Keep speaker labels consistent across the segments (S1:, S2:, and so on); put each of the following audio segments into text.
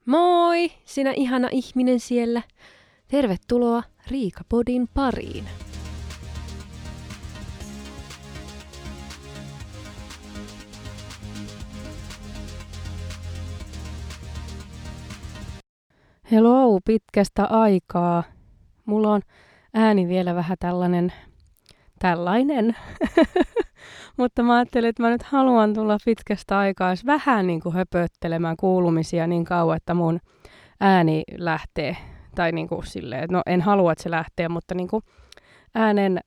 S1: Moi, sinä ihana ihminen siellä. Tervetuloa Riikapodin pariin. Hello, pitkästä aikaa. Mulla on ääni vielä vähän tällainen. Mutta mä ajattelin, että mä nyt haluan tulla pitkästä aikaa vähän niin kuin höpöttelemään kuulumisia niin kauan, että mun ääni lähtee. Tai niin kuin silleen, no en halua, että se lähtee, mutta niin kuin äänen,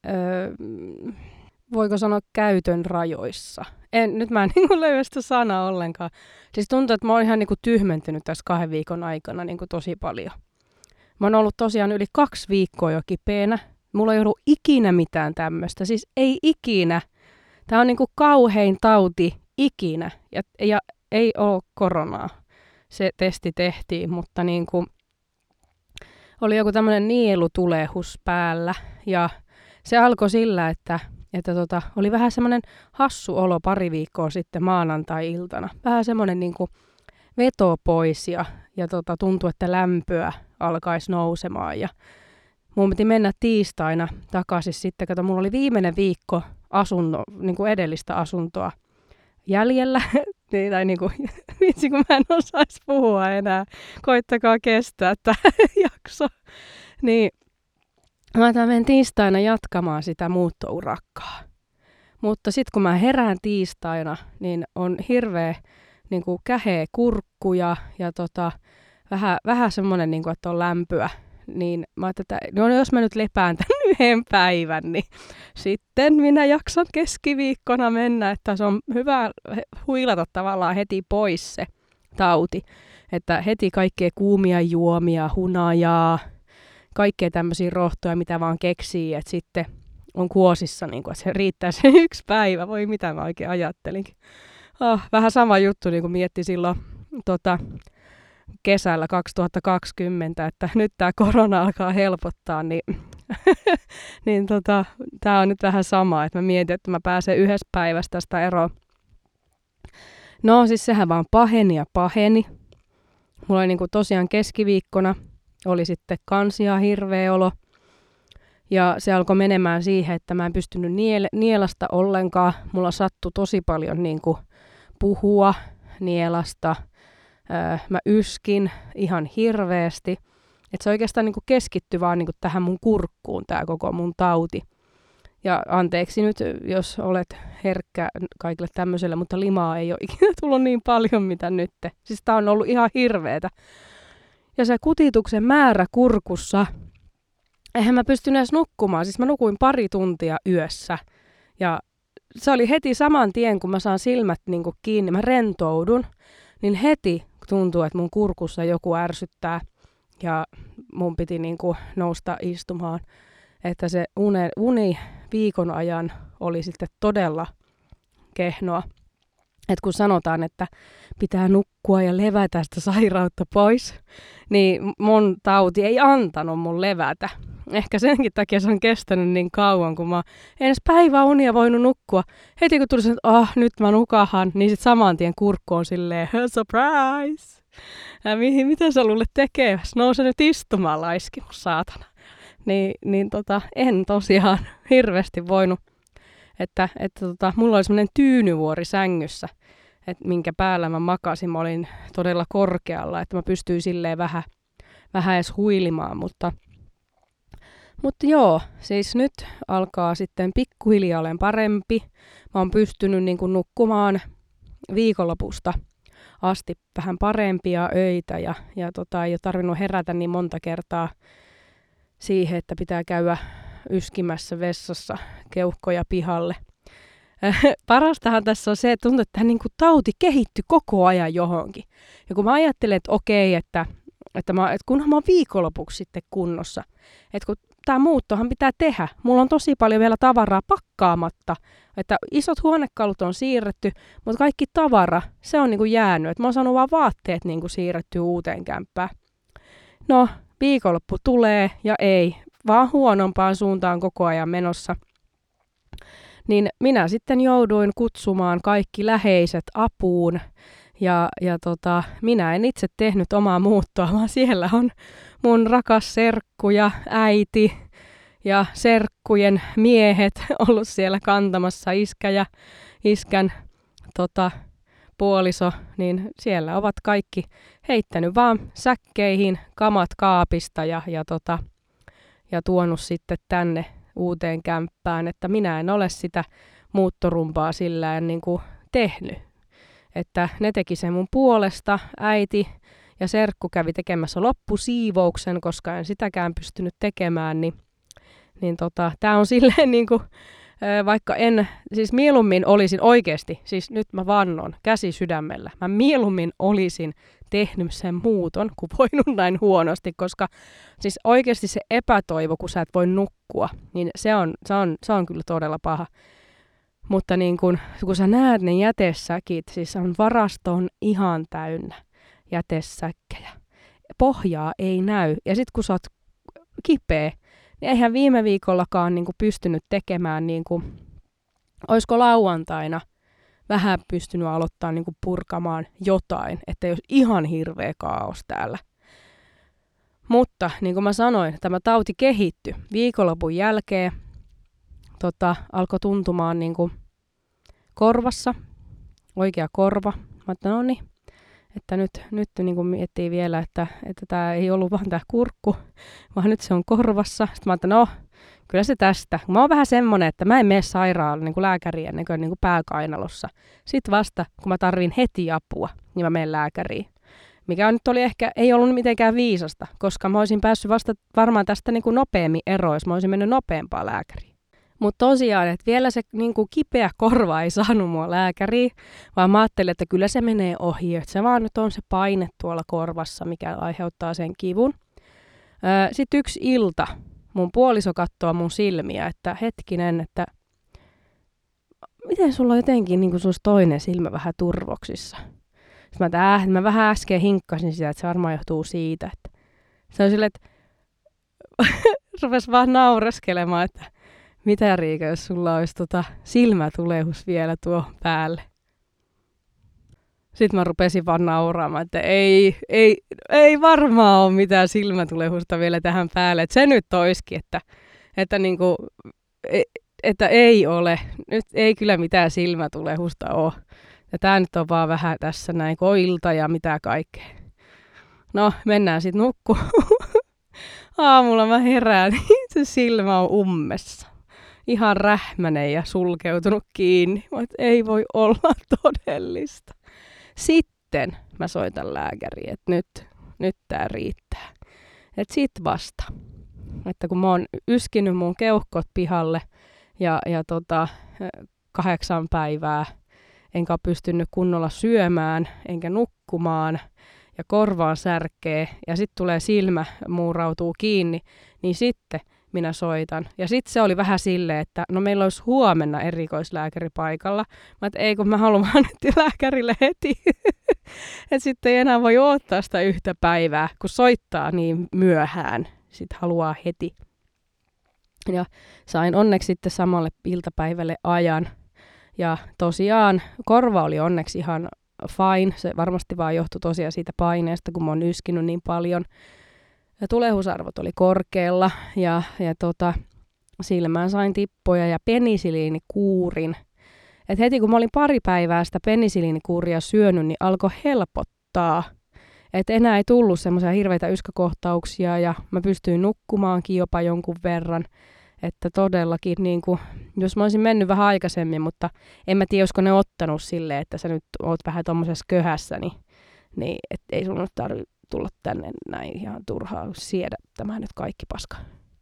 S1: voiko sanoa käytön rajoissa. Nyt mä en niin kuin löydä sitä sanaa ollenkaan. Siis tuntuu, että mä oon ihan niin kuin tyhmentynyt tässä 2 viikon aikana niin kuin tosi paljon. Mä oon ollut tosiaan yli 2 viikkoa jo kipeänä. Mulla ei ollut ikinä mitään tämmöistä. Siis ei ikinä. Tää on niinku kauhein tauti ikinä. Ja ei ole koronaa. Se testi tehtiin, mutta niinku oli joku tämmönen nielutulehus päällä. Ja se alkoi sillä, että oli vähän semmoinen hassu olo 2 viikkoa sitten maanantai-iltana. Vähän semmoinen niinku veto pois ja tuntui, että lämpöä alkaisi nousemaan. Ja mun piti mennä tiistaina takaisin sitten, kato mulla oli viimeinen viikko niin edellistä asuntoa jäljellä. Tai niin kuin, vitsi kun mä en osaisi puhua enää, koittakaa kestää tämä jakso. Niin mä menen tiistaina jatkamaan sitä muuttourakkaa. Mutta sitten kun mä herään tiistaina, niin on hirveä niin kuin käheä kurkku ja vähän semmoinen, niin kuin, että on lämpöä. Niin mä ajattelin, että no jos mä nyt lepään tämän 1 päivän, niin sitten minä jaksan keskiviikkona mennä, että se on hyvä huilata tavallaan heti pois se tauti. Että heti kaikkea kuumia juomia, hunajaa, kaikkea tämmöisiä rohtoja, mitä vaan keksii, että sitten on kuosissa, niin kuin, että se riittää se 1 päivä. Voi mitä mä oikein ajattelinkin. Vähän sama juttu, niin kuin mietti silloin kesällä 2020, että nyt tämä korona alkaa helpottaa, niin, tämä on nyt vähän sama, että mä mietin, että mä pääsen 1 päivästä tästä eroon. No siis sehän vaan paheni. Mulla oli niinku tosiaan keskiviikkona, oli sitten kansia hirveä olo. Ja se alkoi menemään siihen, että mä en pystynyt nielasta ollenkaan. Mulla sattui tosi paljon niinku puhua nielasta. Mä yskin ihan hirveästi. Että se oikeastaan niinku keskittyi vaan niinku tähän mun kurkkuun, tää koko mun tauti. Ja anteeksi nyt, jos olet herkkä kaikille tämmöiselle, mutta limaa ei ole ikinä tullut niin paljon, mitä nyt. Siis tää on ollut ihan hirveetä. Ja se kutituksen määrä kurkussa, eihän mä pystynyt edes nukkumaan. Siis mä nukuin 2 tuntia yössä. Ja se oli heti saman tien, kun mä saan silmät niinku kiinni, mä rentoudun, niin heti tuntuu, että mun kurkussa joku ärsyttää ja mun piti niinku nousta istumaan. Että se uni viikon ajan oli sitten todella kehnoa. Et kun sanotaan, että pitää nukkua ja levätä sitä sairautta pois, niin mun tauti ei antanut mun levätä. Ehkä senkin takia se on kestänyt niin kauan, kun mä en edes päiväunia voinut nukkua. Heti kun tuli että nyt mä nukahan, niin sit saman tien kurkku on silleen, surprise! Mitä sä luulet tekevässä? Nouse nyt istumaan, laiskimus, saatana. En tosiaan hirveästi voinut, että mulla oli semmoinen tyynyvuori sängyssä, minkä päällä mä makasin. Mä olin todella korkealla, että mä pystyin silleen vähän edes huilimaan, mutta joo, siis nyt alkaa sitten pikkuhiljaa olen parempi. Mä oon pystynyt niin kuin nukkumaan viikonlopusta asti vähän parempia öitä ja ei ole tarvinnut herätä niin monta kertaa siihen, että pitää käydä yskimässä vessassa keuhkoja pihalle. Parastahan tässä on se, että tuntuu, että niin kuin tauti kehittyi koko ajan johonkin. Ja kun mä ajattelen, että okei, että kunhan mä oon viikonlopuksi sitten kunnossa, että kun tämä muuttohan pitää tehdä. Mulla on tosi paljon vielä tavaraa pakkaamatta. Että isot huonekalut on siirretty, mutta kaikki tavara, se on niinku jäänyt. Et mä oon saanut vaan vaatteet niinku siirretty uuteen kämppään. No, viikonloppu tulee ja ei. Vaan huonompaan suuntaan koko ajan menossa. Niin minä sitten jouduin kutsumaan kaikki läheiset apuun. minä en itse tehnyt omaa muuttoa, vaan siellä on mun rakas serkku ja äiti ja serkkujen miehet ollut siellä kantamassa, iskä ja iskän puoliso, niin siellä ovat kaikki heittänyt vaan säkkeihin kamat kaapista ja tuonut sitten tänne uuteen kämppään, että minä en ole sitä muuttorumpaa sillään niin kuin tehnyt. Että ne teki sen mun puolesta, äiti ja serkku kävi tekemässä loppusiivouksen, koska en sitäkään pystynyt tekemään, niin tää on silleen niin kuin, vaikka en, siis mieluummin olisin oikeasti, siis nyt mä vannon käsi sydämellä, mä mieluummin olisin tehnyt sen muuton, kuin voinut näin huonosti, koska siis oikeasti se epätoivo, kun sä et voi nukkua, niin se on kyllä todella paha. Mutta niin kun sä näet ne jätesäkit, siis varasto on ihan täynnä jätesäkkejä. Pohjaa ei näy. Ja sitten kun sä oot kipeä, niin eihän viime viikollakaan niin kuin pystynyt tekemään, niin kuin, olisiko lauantaina vähän pystynyt aloittaa niin kuin purkamaan jotain, että jos ihan hirveä kaos täällä. Mutta niin kuin mä sanoin, tämä tauti kehittyi viikonlopun jälkeen. Alkoi tuntumaan niin kuin korvassa, oikea korva. Mä ajattelin, no niin, että nyt niin kuin miettii vielä, että tämä ei ollut vaan tämä kurkku, vaan nyt se on korvassa. Sitten mä ajattelin, no kyllä se tästä. Mä oon vähän semmonen, että mä en mene sairaalaan niin kuin lääkäriin ennen kuin niin kuin pääkainalossa. Sitten vasta, kun mä tarvin heti apua, niin mä menen lääkäriin. Mikä nyt ei ollut mitenkään viisasta, koska mä olisin päässyt vasta varmaan tästä niin kuin nopeammin eroon, jos mä olisin mennyt nopeampaa lääkäriin. Mutta tosiaan, että vielä se niin kuin kipeä korva ei saanut mua lääkäriin, vaan mä ajattelin, että kyllä se menee ohi, että se vaan nyt on se paine tuolla korvassa, mikä aiheuttaa sen kivun. Sitten yksi ilta mun puoliso katsoo mun silmiä, että hetkinen, että miten sulla on jotenkin niin kuin sulla toinen silmä vähän turvoksissa. Sitten mä vähän äsken hinkkasin sitä, että se varmaan johtuu siitä, että se on silleen, että rupesi vaan naureskelemaan, että mitä Riika, jos sulla olisi silmätulehus vielä tuo päälle. Sitten mä rupesin vaan nauraamaan, että ei varmaan ole mitään silmätulehusta vielä tähän päälle. Että se nyt olisikin, että ei ole. Nyt ei kyllä mitään silmätulehusta ole. Ja tää nyt on vaan vähän tässä näin koilta ja mitä kaikkea. No, mennään sitten nukkumaan. Aamulla mä herään, niin se silmä on ummessa. Ihan rähmänen ja sulkeutunut kiinni. Ei voi olla todellista. Sitten mä soitan lääkäriin, että nyt tää riittää. Että sit vasta. Että kun mä oon yskinyt mun keuhkot pihalle ja 8 päivää, enkä ole pystynyt kunnolla syömään, enkä nukkumaan, ja korvaan särkee, ja sitten tulee silmä, muurautuu kiinni, niin sitten minä soitan. Ja sitten se oli vähän silleen, että no meillä olisi huomenna erikoislääkäri paikalla. Ei kun mä haluan nyt lääkärille heti. Että sitten ei enää voi odottaa sitä yhtä päivää, kun soittaa niin myöhään. Sitten haluaa heti. Ja sain onneksi sitten samalle iltapäivälle ajan. Ja tosiaan korva oli onneksi ihan fine. Se varmasti vaan johtui tosiaan siitä paineesta, kun mä oon yskinyt niin paljon. Ja tulehusarvot oli korkealla ja silmään sain tippoja ja penisiliinikuurin. Et heti kun mä olin 2 päivää sitä penisiliinikuuria syönyt, niin alkoi helpottaa. Et enää ei tullut semmoisia hirveitä yskäkohtauksia ja mä pystyin nukkumaankin jopa jonkun verran. Että todellakin, niin kuin, jos mä olisin mennyt vähän aikaisemmin, mutta en mä tiedä, olisiko ne ottanut silleen, että sä nyt oot vähän tommosessa köhässä, niin et ei sun nyt tarvitse tulla tänne näin ihan turhaa siedä tämä nyt kaikki paska.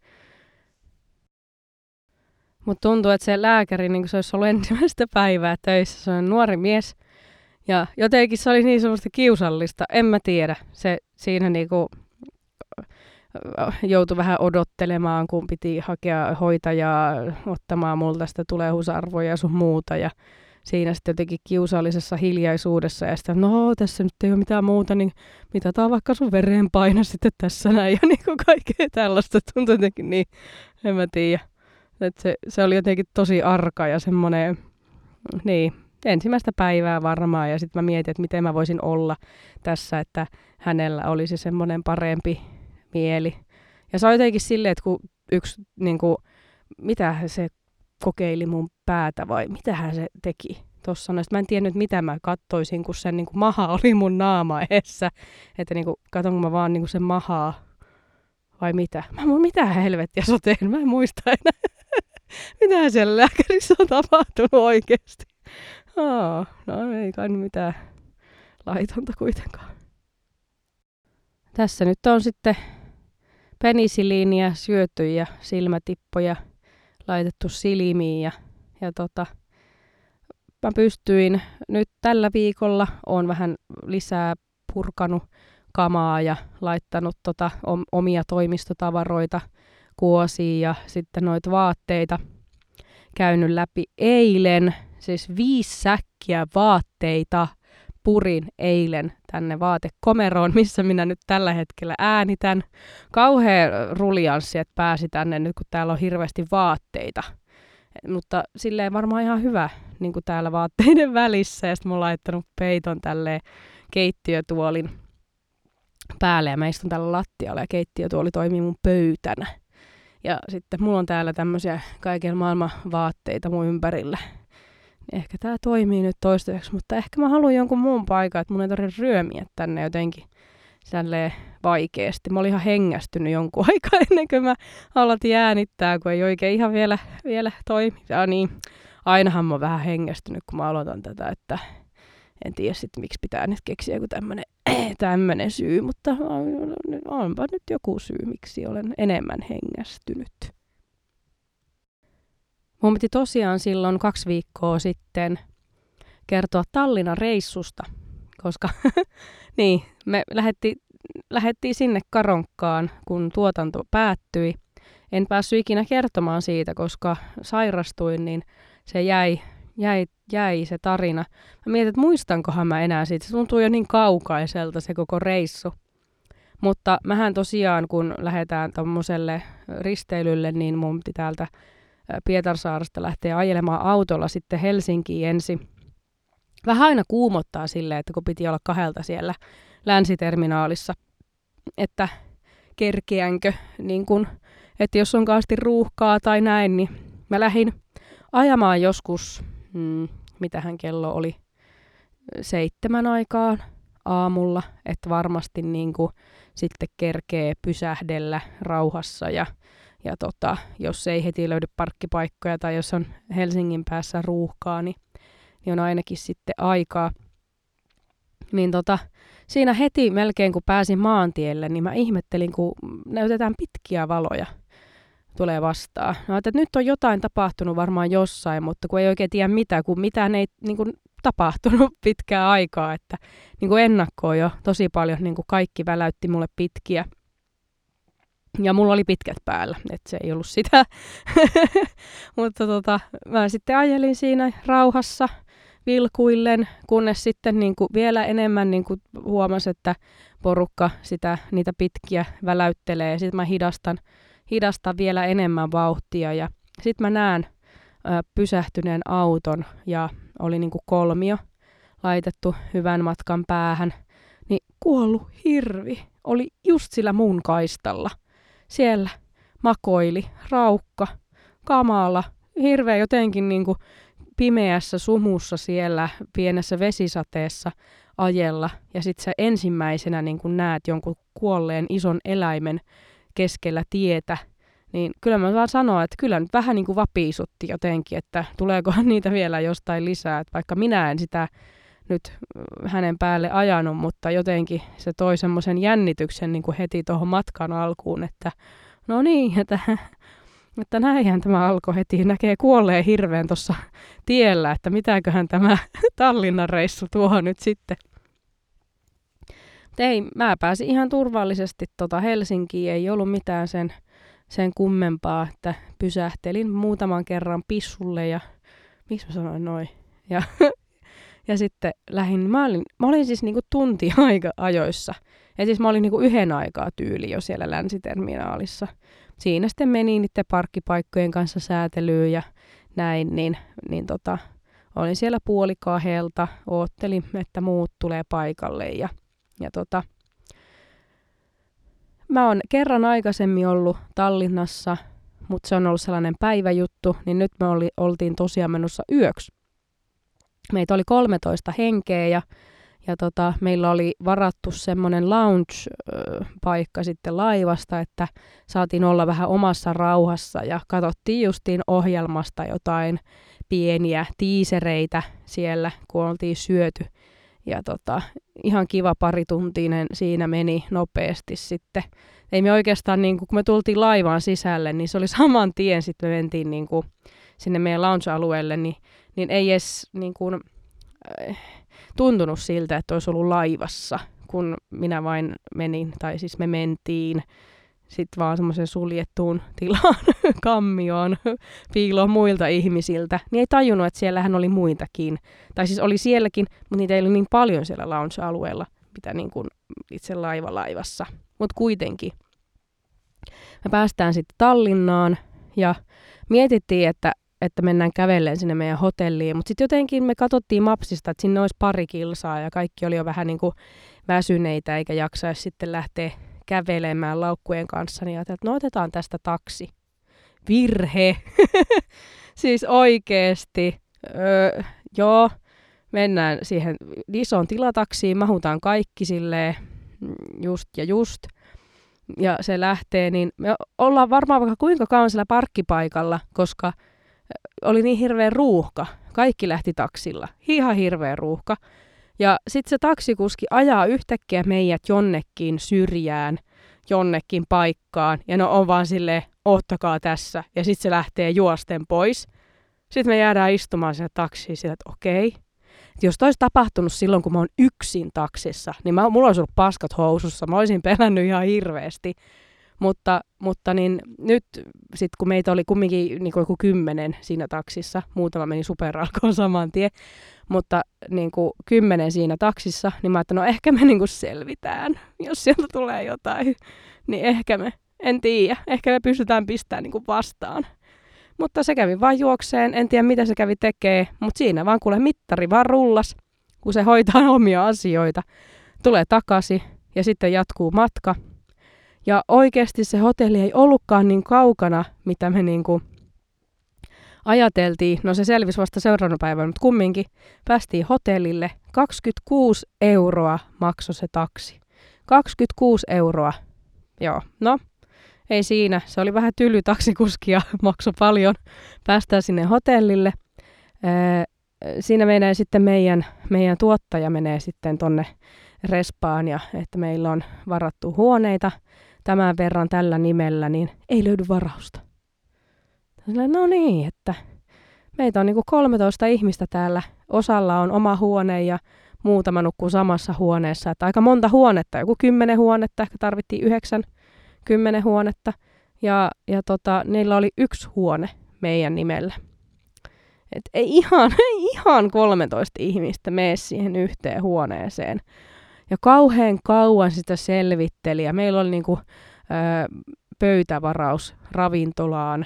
S1: Mutta tuntuu, että se lääkäri, niin se olisi ollut ensimmäistä päivää töissä, se on nuori mies. Ja jotenkin se oli niin semmoista kiusallista, en mä tiedä. Se siinä niinku joutui vähän odottelemaan, kun piti hakea hoitajaa ottamaan multa sitä tulehusarvoja ja sun muuta. Ja siinä sitten jotenkin kiusallisessa hiljaisuudessa ja sitten, no tässä nyt ei ole mitään muuta, niin mitataan vaikka sun verenpaino sitten tässä näin. Ja niin kuin kaikkea tällaista tuntui jotenkin niin, en mä tiedä. Että se oli jotenkin tosi arka ja semmoinen, niin, ensimmäistä päivää varmaan ja sitten mä mietin, että miten mä voisin olla tässä, että hänellä olisi semmoinen parempi mieli. Ja se on jotenkin silleen, että kun yksi, niin kuin, mitä se kokeili mun päätä vai mitähän se teki tuossa. Mä en tiennyt, mitä mä kattoisin, kun sen niin kuin maha oli mun naama edessä. Että niin kuin, katonko mä vaan niin kuin sen mahaa vai mitä. Mitä helvettiä sä teen? Mä en muista enää. Mitä siellä lääkärissä on tapahtunut oikeasti? No ei kai mitään laitonta kuitenkaan. Tässä nyt on sitten penisiliiniä syöty ja silmätippoja laitettu silmiin ja mä pystyin nyt tällä viikolla, oon vähän lisää purkanut kamaa ja laittanut omia toimistotavaroita kuosiin ja sitten noita vaatteita käynyt läpi eilen, siis 5 säkkiä vaatteita purin eilen tänne vaatekomeroon, missä minä nyt tällä hetkellä äänitän. Kauhea rulianssi, että pääsi tänne nyt, kun täällä on hirveästi vaatteita. Mutta silleen varmaan ihan hyvä niin kuin täällä vaatteiden välissä. Ja sitten mä oon laittanut peiton tälleen keittiötuolin päälle ja mä istun tällä lattialla ja keittiötuoli toimii mun pöytänä. Ja sitten mulla on täällä tämmöisiä kaiken maailman vaatteita mun ympärillä. Ehkä tää toimii nyt toistaiseksi, mutta ehkä mä haluan jonkun muun paikan, että mun ei tarvitse ryömiä tänne jotenkin tälleen vaikeasti. Mä olin ihan hengästynyt jonkun aikaa ennen kuin mä aloitin äänittää, kun ei oikein ihan vielä toimi. Ja niin, ainahan mä oon vähän hengästynyt, kun mä aloitan tätä, että en tiedä sitten miksi pitää nyt keksiä joku tämmönen syy, mutta onpa nyt joku syy, miksi olen enemmän hengästynyt. Mun piti tosiaan silloin 2 viikkoa sitten kertoa Tallinnan reissusta, koska niin, me lähdettiin sinne Karonkkaan, kun tuotanto päättyi. En päässyt ikinä kertomaan siitä, koska sairastuin, niin se jäi se tarina. Mä mietin, että muistankohan mä enää siitä. Se tuntuu jo niin kaukaiselta se koko reissu. Mutta mähän tosiaan, kun lähdetään tommoselle risteilylle, niin mun piti täältä Pietarsaaresta lähteä ajelemaan autolla sitten Helsinkiin ensin. Vähän aina kuumottaa silleen, että kun piti olla 2 siellä länsiterminaalissa, että kerkeänkö, niin kun, että jos on kaasti ruuhkaa tai näin, niin mä lähdin ajamaan joskus, mitähän kello oli, 7 aikaan aamulla, että varmasti niin kun sitten kerkee pysähdellä rauhassa ja jos ei heti löydy parkkipaikkoja tai jos on Helsingin päässä ruuhkaa, niin on ainakin sitten aikaa. Niin siinä heti melkein kun pääsin maantielle, niin mä ihmettelin, kun näytetään pitkiä valoja tulee vastaan. No, että nyt on jotain tapahtunut varmaan jossain, mutta kun ei oikein tiedä mitä, kun mitään ei niin kuin tapahtunut pitkää aikaa, että niin kuin ennakkoon jo tosi paljon niin kuin kaikki väläytti mulle pitkiä. Ja mulla oli pitkät päällä, että se ei ollut sitä. Mutta mä sitten ajelin siinä rauhassa vilkuillen, kunnes sitten niin kuin vielä enemmän niin kuin huomasin, että porukka niitä pitkiä väläyttelee. Sitten mä hidastan vielä enemmän vauhtia ja sitten mä näen pysähtyneen auton ja oli niin kuin kolmio laitettu hyvän matkan päähän. Niin kuollut hirvi oli just sillä mun kaistalla. Siellä makoili, raukka, kamala, hirveä jotenkin niin kuin pimeässä sumussa siellä pienessä vesisateessa ajella. Ja sitten sä ensimmäisenä niin kuin näet jonkun kuolleen ison eläimen keskellä tietä. Niin kyllä mä vaan sanoa, että kyllä nyt vähän niin kuin vapiisutti jotenkin, että tuleekohan niitä vielä jostain lisää. Että vaikka minä en sitä nyt hänen päälle ajanut, mutta jotenkin se toi semmoisen jännityksen niin kuin heti tuohon matkan alkuun, että no niin, että näinhän tämä alkoi heti, näkee kuolleen hirveän tuossa tiellä, että mitäköhän tämä Tallinnan reissu tuohon nyt sitten. Ei, mä pääsin ihan turvallisesti Helsinkiin, ei ollut mitään sen kummempaa, että pysähtelin muutaman kerran pissulle ja miksi mä sanoin noin. Ja sitten lähdin, mä olin siis niinku tunti ajoissa. Ja siis mä olin niinku 1 aikaa tyyli jo siellä länsiterminaalissa. Siinä sitten meni niiden parkkipaikkojen kanssa säätelyyn ja näin, niin olin siellä 1:30, oottelin, että muut tulee paikalle ja mä oon kerran aikaisemmin ollut Tallinnassa, mutta se on ollut sellainen päiväjuttu, niin nyt me oltiin tosiaan menossa yöksi. Meitä oli 13 henkeä ja meillä oli varattu semmoinen lounge-paikka sitten laivasta, että saatiin olla vähän omassa rauhassa ja katsottiin justiin ohjelmasta jotain pieniä tiisereitä siellä, kun oltiin syöty. Ja ihan kiva parituntinen siinä meni nopeasti sitten. Ei me oikeastaan, niin kun me tultiin laivaan sisälle, niin se oli saman tien sitten me mentiin niin sinne meidän lounge-alueelle, niin ei edes niin kuin, tuntunut siltä, että olisi ollut laivassa, kun minä vain menin, tai siis me mentiin sitten vaan semmoiseen suljettuun tilaan, kammioon, piiloon muilta ihmisiltä. Niin ei tajunnut, että siellähän oli muitakin. Tai siis oli sielläkin, mutta niitä ei ollut niin paljon siellä lounge-alueella, mitä niin kuin itse laivassa. Mutta kuitenkin. Me päästään sitten Tallinnaan ja mietittiin, että mennään kävelleen sinne meidän hotelliin. Mutta sitten jotenkin me katsottiin Mapsista, että sinne olisi 2 kilsaa ja kaikki oli jo vähän niin kuin väsyneitä eikä jaksaisi sitten lähteä kävelemään laukkujen kanssa, niin ajattelin, että no otetaan tästä taksi. Virhe! Siis oikeesti. Joo, mennään siihen isoon tilataksiin, mahutaan kaikki silleen just. Ja se lähtee, niin me ollaan varmaan vaikka kuinka kauan siellä parkkipaikalla, koska oli niin hirveä ruuhka. Kaikki lähti taksilla. Ihan hirveä ruuhka. Ja sitten se taksikuski ajaa yhtäkkiä meidät jonnekin syrjään, jonnekin paikkaan. Ja no on vaan silleen, ottakaa tässä. Ja sitten se lähtee juosten pois. Sitten me jäädään istumaan sinne taksiin sillä, että okei. Jos toi olisi tapahtunut silloin, kun mä oon yksin taksissa, niin mulla olisi ollut paskat housussa. Mä olisin pelännyt ihan hirveästi. Mutta niin nyt sitten kun meitä oli kumminkin niin kuin joku 10 siinä taksissa, muutama meni superalkoon saman tien, mutta niin kuin 10 siinä taksissa, niin mä ajattelin, no ehkä me niin kuin selvitään, jos sieltä tulee jotain, niin ehkä me, en tiedä, ehkä me pystytään pistämään niin kuin vastaan. Mutta se kävi vaan juokseen, en tiedä mitä se kävi tekee, mutta siinä vaan kuule mittari vaan rullas, kun se hoitaa omia asioita, tulee takaisin ja sitten jatkuu matka. Ja oikeasti se hotelli ei ollutkaan niin kaukana, mitä me niinku ajateltiin. No se selvisi vasta seuraavana päivänä, mutta kumminkin päästiin hotellille. 26 € maksoi se taksi. 26 €. Joo, no ei siinä. Se oli vähän tyly taksikuski ja maksoi paljon. Päästään sinne hotellille. Siinä menee sitten meidän tuottaja menee sitten tonne respaan ja että meillä on varattu huoneita tämän verran tällä nimellä, niin ei löydy varausta. No niin, että meitä on niinku 13 ihmistä täällä. Osalla on oma huone ja muutama nukkuu samassa huoneessa. Että aika monta huonetta, joku 10 huonetta, ehkä tarvittiin 9-10 huonetta. Ja niillä oli 1 huone meidän nimellä. Et ei ihan 13 ihmistä mene siihen yhteen huoneeseen. Ja kauhean kauan sitä selvitteli ja meillä oli niinku, pöytävaraus ravintolaan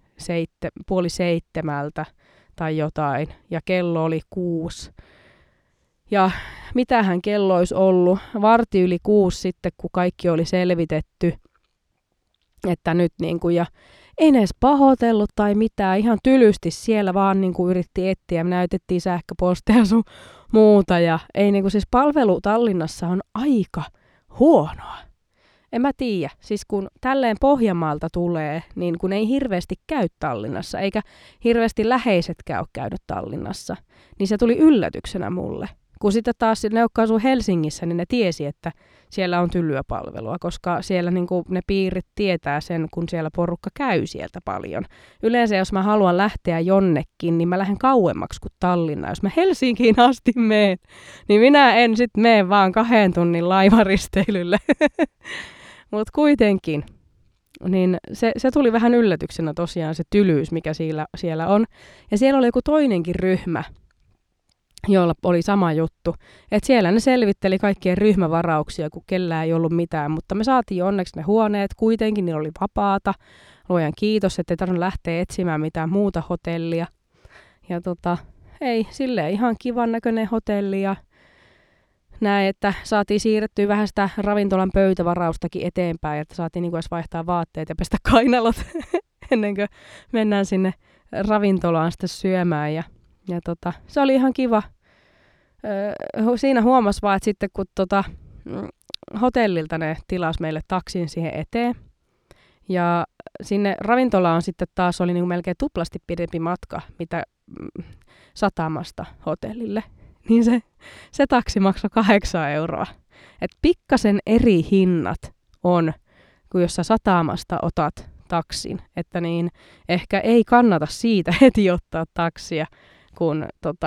S1: 6:30 tai jotain ja kello oli 6. Ja mitähän kello olisi ollut? 6:15 sitten, kun kaikki oli selvitetty, että nyt niinku, ja ei edes pahoitellut tai mitään, ihan tylysti siellä vaan niinku yritti etsiä, näytettiin sähköposteja sun muuta ja ei niinku siis palvelu Tallinnassa on aika huonoa. En mä tiedä, siis kun tälleen Pohjanmaalta tulee, niin kun ei hirveästi käy Tallinnassa, eikä hirveästi läheisetkään ole käynyt Tallinnassa, niin se tuli yllätyksenä mulle. Kun sitten taas ne, jotka asuu Helsingissä, niin ne tiesi, että siellä on tylyä palvelua, koska siellä niin kuin ne piirit tietää sen, kun siellä porukka käy sieltä paljon. Yleensä jos mä haluan lähteä jonnekin, niin mä lähden kauemmaksi kuin Tallinna. Jos mä Helsinkiin asti meen, niin minä en sitten mene vaan 2 tunnin laivaristeilylle. Mutta kuitenkin, niin se tuli vähän yllätyksenä tosiaan se tylyys, mikä siellä on. Ja siellä oli joku toinenkin ryhmä, jolla oli sama juttu. Että siellä ne selvitteli kaikkien ryhmävarauksia, kun kellään ei ollut mitään. Mutta me saatiin onneksi ne huoneet. Kuitenkin niillä oli vapaata. Luojan kiitos, ettei tarvinnut lähteä etsimään mitään muuta hotellia. Ja ei, silleen ihan kivan näköinen hotelli ja näin, että saatiin siirrettyä vähän sitä ravintolan pöytävaraustakin eteenpäin, että saatiin niin kuin edes vaihtaa vaatteet ja pestä kainalot ennen kuin mennään sinne ravintolaan sitten syömään. Ja se oli ihan kiva. Siinä huomasi vaan, että sitten kun hotellilta ne tilasi meille taksin siihen eteen. Ja sinne ravintolaan sitten taas oli niin kuin melkein tuplasti pidempi matka, mitä satamasta hotellille. Niin se taksi maksoi 8 euroa. Et pikkasen eri hinnat on, kuin jos sä satamasta otat taksin. Että niin ehkä ei kannata siitä heti ottaa taksia, kun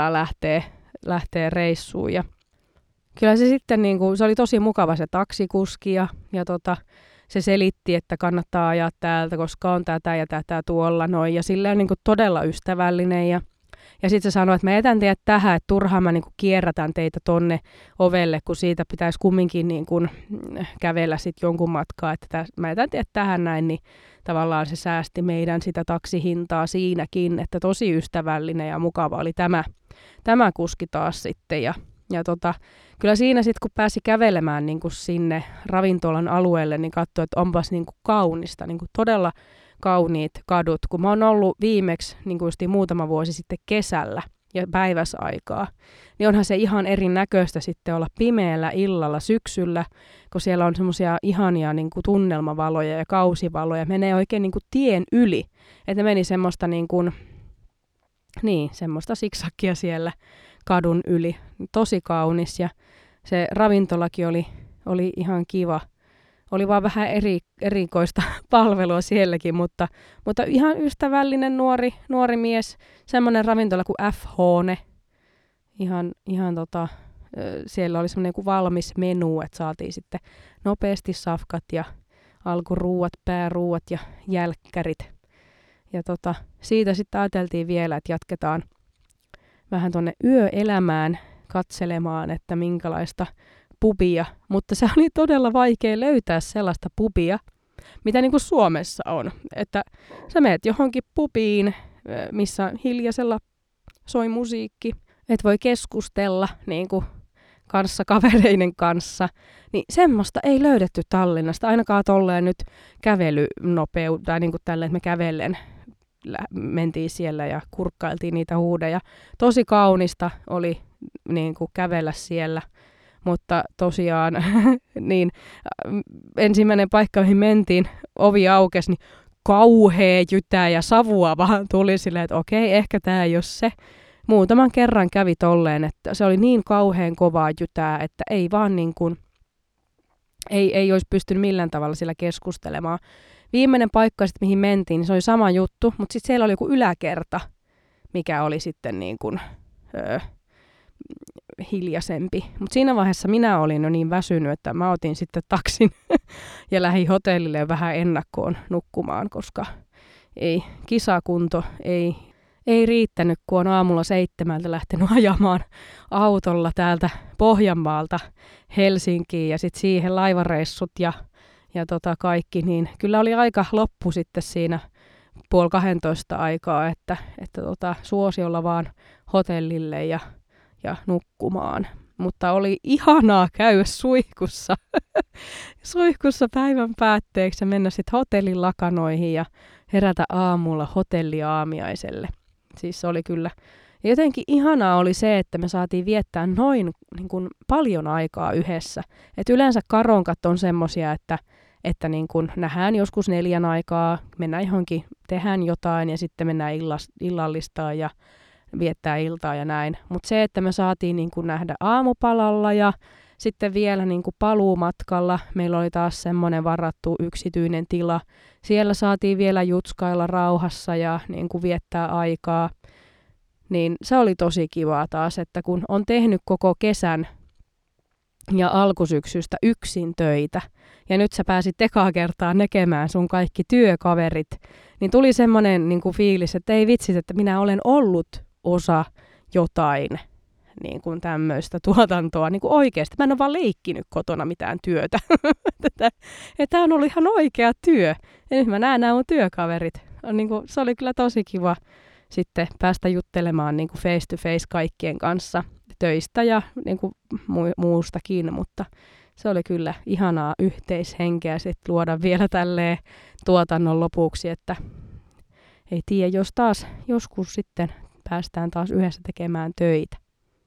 S1: lähtee reissuun. Ja kyllä se sitten, niin kuin, se oli tosi mukava se taksikuski ja se selitti, että kannattaa ajaa täältä, koska on tätä ja tätä tuolla noin. Ja silleen niin kuin todella ystävällinen. Ja sitten se sanoi, että mä jätän teidät tähän, että turhaan mä niin kuin kierrätän teitä tonne ovelle, kun siitä pitäisi kumminkin niin kuin kävellä sitten jonkun matkaa. Että mä jätän teidät tähän näin, niin tavallaan se säästi meidän sitä taksihintaa siinäkin, että tosi ystävällinen ja mukava oli tämä kuski taas sitten. Ja kyllä siinä sitten, kun pääsi kävelemään niin kuin sinne ravintolan alueelle, niin katsoi, että onpas niin kuin kaunista, niin kuin todella kauniit kadut. Kun mä oon ollut viimeksi niin kuin muutama vuosi sitten kesällä ja päiväsaikaa, niin onhan se ihan erinäköistä sitten olla pimeällä illalla syksyllä, kun siellä on semmoisia ihania niin kuin tunnelmavaloja ja kausivaloja. Menee oikein niin kuin tien yli. Että meni semmoista semmoista siksakkia siellä kadun yli. Tosi kaunis ja se ravintolakin oli ihan kiva. Oli vaan vähän erikoista palvelua sielläkin, mutta ihan ystävällinen nuori mies. Semmoinen ravintola kuin F-Hone. Siellä oli semmoinen kuin valmis menu, että saatiin sitten nopeasti safkat ja alkuruuat, pääruuat ja jälkkärit. Ja siitä sitten ajateltiin vielä, että jatketaan vähän tuonne yöelämään katselemaan, että minkälaista pubia, mutta se oli todella vaikea löytää sellaista pubia, mitä niin kuin Suomessa on. Että sä meet johonkin pubiin, missä hiljaisella soi musiikki, et voi keskustella niin kuin kavereiden kanssa. Niin semmoista ei löydetty Tallinnasta, ainakaan tolleen nyt kävelynopeutta, tai niin kuin tälleen, että me kävellen mentiin siellä ja kurkkailtiin niitä huudeja. Tosi kaunista oli niin kuin kävellä siellä. Mutta tosiaan niin ensimmäinen paikka, mihin mentiin, ovi aukesi, niin kauhea jytä ja savua vaan tuli silleen, että okei, ehkä tämä ei ole se. Muutaman kerran kävi tolleen, että se oli niin kauhean kovaa jytää, että ei vaan niin kuin, ei olisi pystynyt millään tavalla sillä keskustelemaan. Viimeinen paikka sitten, mihin mentiin, niin se oli sama juttu, mutta sitten siellä oli joku yläkerta, mikä oli sitten niin kuin hiljaisempi. Mutta siinä vaiheessa minä olin jo niin väsynyt, että mä otin sitten taksin ja lähdin hotellille vähän ennakkoon nukkumaan, koska kisakunto ei riittänyt, kun on aamulla 7 lähtenyt ajamaan autolla täältä Pohjanmaalta Helsinkiin ja sitten siihen laivareissut ja kaikki, niin kyllä oli aika loppu sitten siinä 11:30 aikaa, että suosiolla vaan hotellille ja nukkumaan. Mutta oli ihanaa käydä suihkussa päivän päätteeksi ja mennä sitten hotellin lakanoihin ja herätä aamulla hotelliaamiaiselle. Siis se oli kyllä. Ja jotenkin ihanaa oli se, että me saatiin viettää noin niin kuin paljon aikaa yhdessä. Et yleensä karonkat on semmosia, että niin kuin nähdään joskus 4 aikaa, mennään johonkin, tehdään jotain ja sitten mennään illallistaan ja viettää iltaa ja näin. Mutta se, että me saatiin niin kuin nähdä aamupalalla ja sitten vielä niin kuin paluumatkalla, meillä oli taas semmoinen varattu yksityinen tila. Siellä saatiin vielä jutskailla rauhassa ja niin kuin viettää aikaa. Niin se oli tosi kivaa taas, että kun on tehnyt koko kesän ja alkusyksystä yksin töitä, ja nyt sä pääsit ekaa kertaa näkemään sun kaikki työkaverit, niin tuli semmoinen niin kuin fiilis, että ei vitsit, että minä olen ollut osa jotain niin kuin tämmöistä tuotantoa niin kuin oikeasti. Mä en ole vaan leikkinyt kotona mitään työtä. Tämä on ollut ihan oikea työ. Ja nyt mä näen nämä mun työkaverit. Niin kuin, se oli kyllä tosi kiva sitten päästä juttelemaan niin kuin face to face kaikkien kanssa töistä ja niin kuin muustakin, mutta se oli kyllä ihanaa yhteishenkeä sitten luoda vielä tälleen tuotannon lopuksi, että ei tiedä, jos taas joskus sitten päästään taas yhdessä tekemään töitä.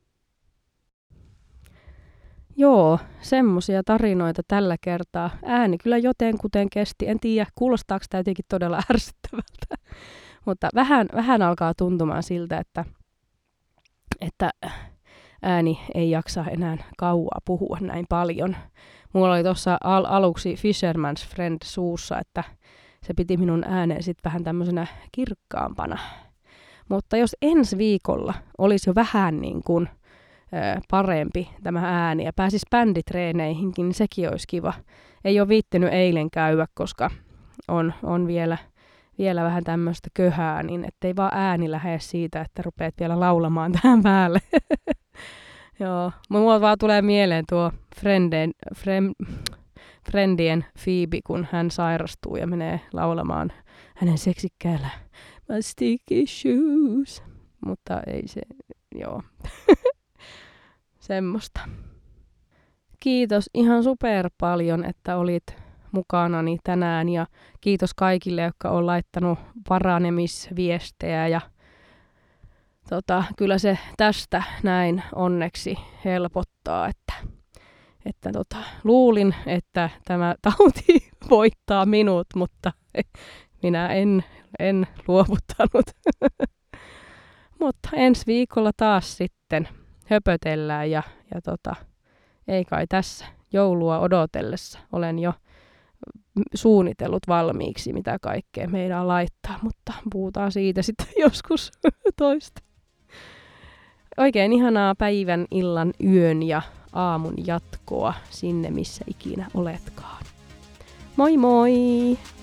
S1: Joo, semmosia tarinoita tällä kertaa. Ääni kyllä jotenkuten kesti. En tiedä, kuulostaako tämä jotenkin todella ärsyttävältä. Mutta vähän alkaa tuntumaan siltä, että ääni ei jaksa enää kauaa puhua näin paljon. Mulla oli tuossa aluksi Fisherman's Friend suussa, että se piti minun ääneen sitten vähän tämmöisenä kirkkaampana. Mutta jos ensi viikolla olisi jo vähän niin kuin parempi tämä ääni ja pääsis bänditreeneihinkin, niin sekin olisi kiva. Ei ole viittinyt eilen käydä, koska on vielä vähän tämmöistä köhää, niin ettei vaan ääni lähde siitä, että rupeat vielä laulamaan tähän päälle. Joo, mulla vaan tulee mieleen tuo Friendien Phoebe, kun hän sairastuu ja menee laulamaan hänen seksikkäällä My Sticky Shoes. Mutta ei se, joo. Semmoista. Kiitos ihan super paljon, että olit mukanani tänään ja kiitos kaikille, jotka on laittanut paranemisviestejä ja kyllä se tästä näin onneksi helpottaa, että luulin, että tämä tauti voittaa minut, mutta minä en luovuttanut. Mutta ensi viikolla taas sitten höpötellään ja ei kai tässä joulua odotellessa. Olen jo suunnitellut valmiiksi, mitä kaikkea meidän laittaa, mutta puhutaan siitä sitten joskus toista. Oikein ihanaa päivän, illan, yön ja aamun jatkoa sinne, missä ikinä oletkaan. Moi moi!